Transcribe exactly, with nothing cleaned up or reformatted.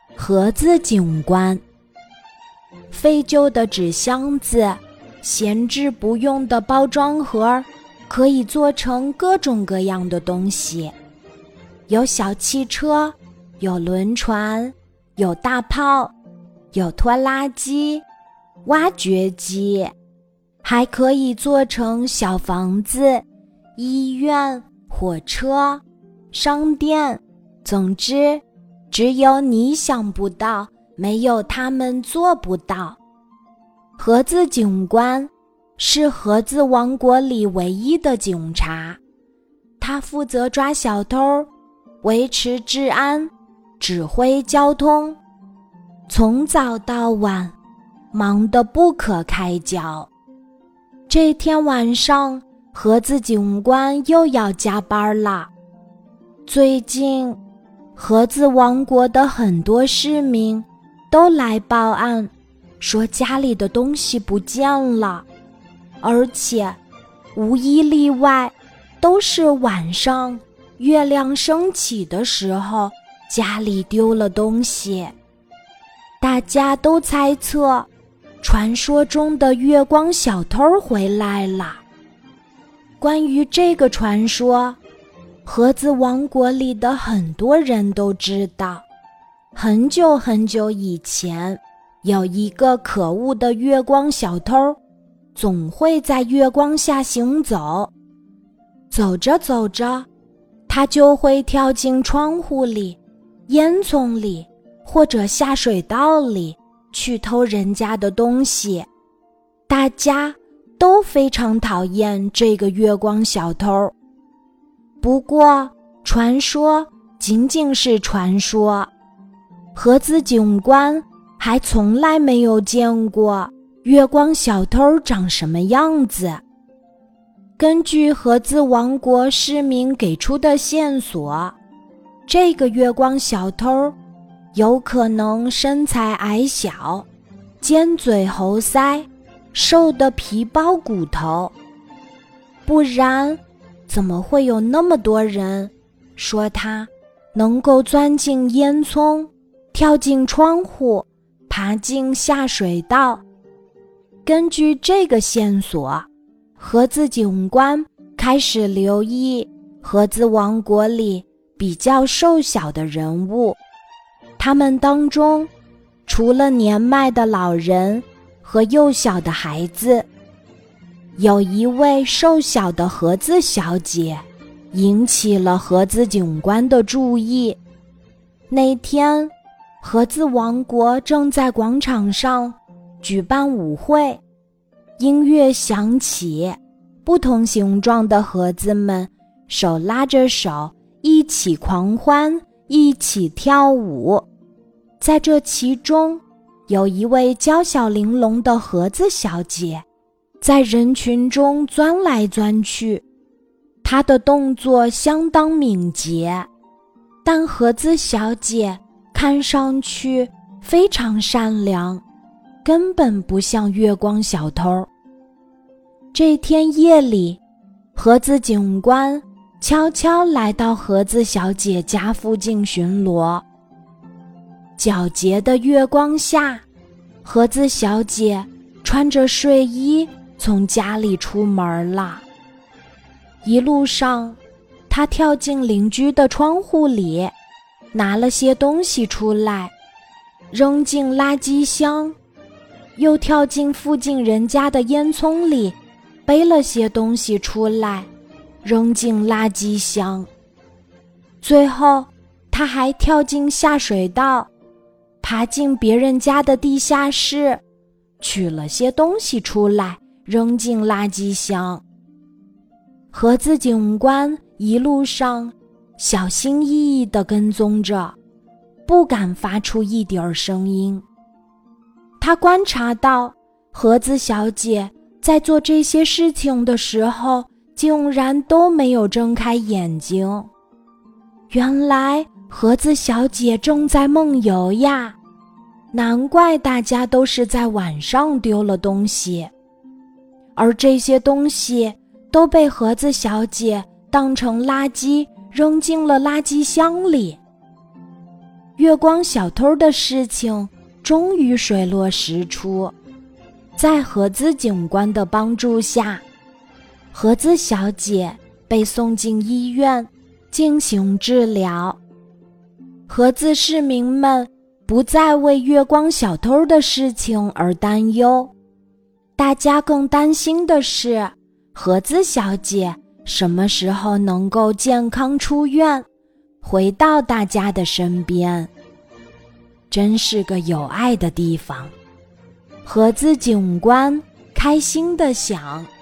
盒子警官。废旧的纸箱子，闲置不用的包装盒，可以做成各种各样的东西。有小汽车，有轮船，有大炮，有拖拉机、挖掘机，还可以做成小房子、医院、火车、商店。总之，只有你想不到，没有他们做不到。盒子警官是盒子王国里唯一的警察，他负责抓小偷，维持治安，指挥交通，从早到晚，忙得不可开交。这天晚上，盒子警官又要加班了。最近，盒子王国的很多市民都来报案，说家里的东西不见了，而且无一例外都是晚上月亮升起的时候家里丢了东西。大家都猜测传说中的月光小偷回来了。关于这个传说，盒子王国里的很多人都知道，很久很久以前，有一个可恶的月光小偷，总会在月光下行走。走着走着，他就会跳进窗户里、烟囱里或者下水道里去偷人家的东西。大家都非常讨厌这个月光小偷。不过，传说仅仅是传说，盒子警官还从来没有见过月光小偷长什么样子。根据盒子王国市民给出的线索，这个月光小偷有可能身材矮小，尖嘴猴腮，瘦得皮包骨头。不然怎么会有那么多人说他能够钻进烟囱，跳进窗户，爬进下水道？根据这个线索，盒子警官开始留意盒子王国里比较瘦小的人物。他们当中，除了年迈的老人和幼小的孩子，有一位瘦小的盒子小姐引起了盒子警官的注意。那天，盒子王国正在广场上举办舞会，音乐响起，不同形状的盒子们手拉着手，一起狂欢，一起跳舞。在这其中，有一位娇小玲珑的盒子小姐，在人群中钻来钻去，她的动作相当敏捷，但盒子小姐看上去非常善良，根本不像月光小偷。这天夜里，盒子警官悄悄来到盒子小姐家附近巡逻。皎洁的月光下，盒子小姐穿着睡衣从家里出门了。一路上，她跳进邻居的窗户里，拿了些东西出来，扔进垃圾箱，又跳进附近人家的烟囱里，背了些东西出来，扔进垃圾箱。最后，她还跳进下水道，爬进别人家的地下室，取了些东西出来，扔进垃圾箱。盒子警官一路上小心翼翼地跟踪着，不敢发出一点声音。他观察到盒子小姐在做这些事情的时候，竟然都没有睁开眼睛。原来盒子小姐正在梦游呀，难怪大家都是在晚上丢了东西，而这些东西都被盒子小姐当成垃圾扔进了垃圾箱里。 月光小偷的事情终于水落石出。在盒子警官的帮助下，盒子小姐被送进医院进行治疗。盒子市民们不再为月光小偷的事情而担忧，大家更担心的是，盒子小姐什么时候能够健康出院，回到大家的身边。真是个有爱的地方，盒子警官开心地想。